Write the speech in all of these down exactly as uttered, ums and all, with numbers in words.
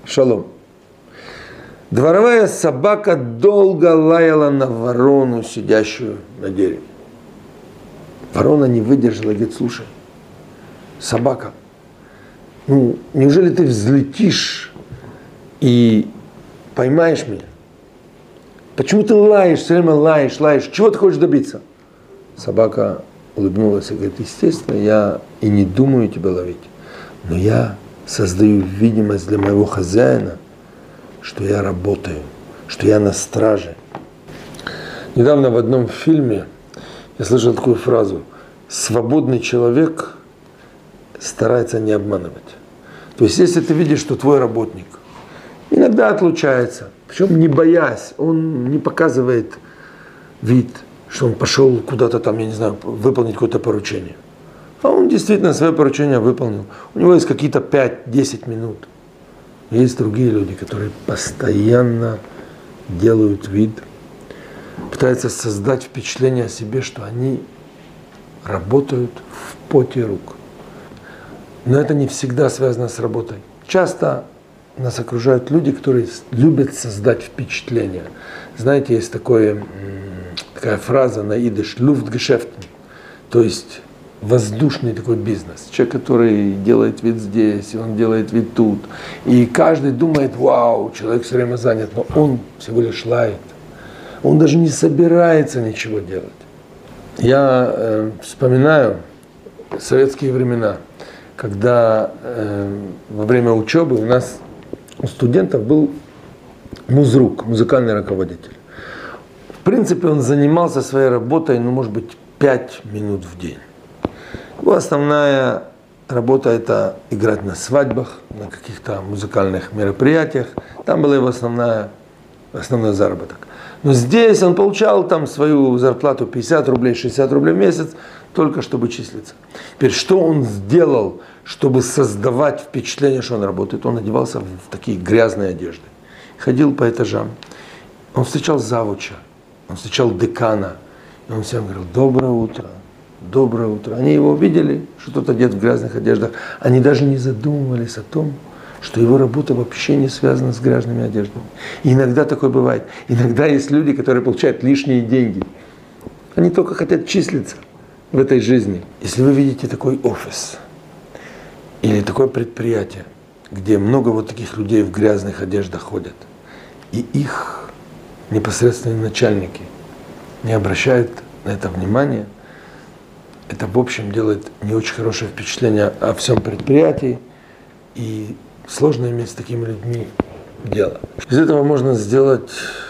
Шалом. Дворовая собака долго лаяла на ворону, сидящую на дереве. Ворона не выдержала и говорит: слушай, собака, ну неужели ты взлетишь и поймаешь меня? Почему ты лаешь, все время лаешь, лаешь? Чего ты хочешь добиться? Собака улыбнулась и говорит: естественно, я и не думаю тебя ловить, но я создаю видимость для моего хозяина, что я работаю, что я на страже. Недавно в одном фильме я слышал такую фразу: свободный человек старается не обманывать. То есть, если ты видишь, что твой работник иногда отлучается, причем не боясь, он не показывает вид, что он пошел куда-то там, я не знаю, выполнить какое-то поручение. А он действительно свое поручение выполнил. У него есть какие-то пять-десять минут. Есть другие люди, которые постоянно делают вид, пытаются создать впечатление о себе, что они работают в поте рук. Но это не всегда связано с работой. Часто нас окружают люди, которые любят создать впечатление. Знаете, есть такое, такая фраза на идиш «люфтгешефтен», то есть воздушный такой бизнес. Человек, который делает вид здесь, и он делает вид тут. И каждый думает: вау, человек все время занят, но он всего лишь лает. Он даже не собирается ничего делать. Я э, вспоминаю советские времена, когда э, во время учебы у нас у студентов был музрук, музыкальный руководитель. В принципе, он занимался своей работой, ну, может быть, пять минут в день. Его основная работа – это играть на свадьбах, на каких-то музыкальных мероприятиях. Там была его основная, основной заработок. Но здесь он получал там свою зарплату пятьдесят рублей, шестьдесят рублей в месяц, только чтобы числиться. Теперь, что он сделал, чтобы создавать впечатление, что он работает? Он одевался в такие грязные одежды, ходил по этажам. Он встречал завуча, он встречал декана, и он всем говорил: доброе утро. Доброе утро. Они его увидели, что тот одет в грязных одеждах. Они даже не задумывались о том, что его работа вообще не связана с грязными одеждами. И иногда такое бывает. Иногда есть люди, которые получают лишние деньги. Они только хотят числиться в этой жизни. Если вы видите такой офис или такое предприятие, где много вот таких людей в грязных одеждах ходят, и их непосредственные начальники не обращают на это внимания, это, в общем, делает не очень хорошее впечатление о всем предприятии, и сложно иметь с такими людьми дело. Из этого можно сделать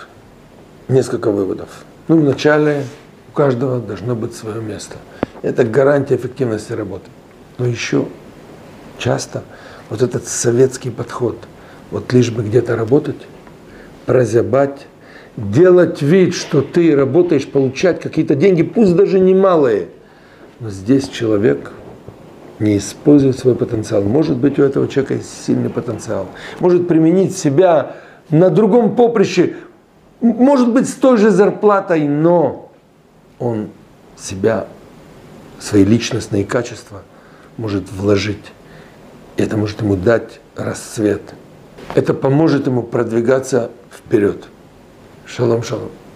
несколько выводов. Ну, вначале у каждого должно быть свое место. Это гарантия эффективности работы. Но еще часто вот этот советский подход, вот лишь бы где-то работать, прозябать, делать вид, что ты работаешь, получать какие-то деньги, пусть даже немалые. Но здесь человек не использует свой потенциал. Может быть, у этого человека есть сильный потенциал. Может применить себя на другом поприще. Может быть, с той же зарплатой, но он себя, свои личностные качества может вложить. И это может ему дать расцвет. Это поможет ему продвигаться вперед. Шалом, шалом.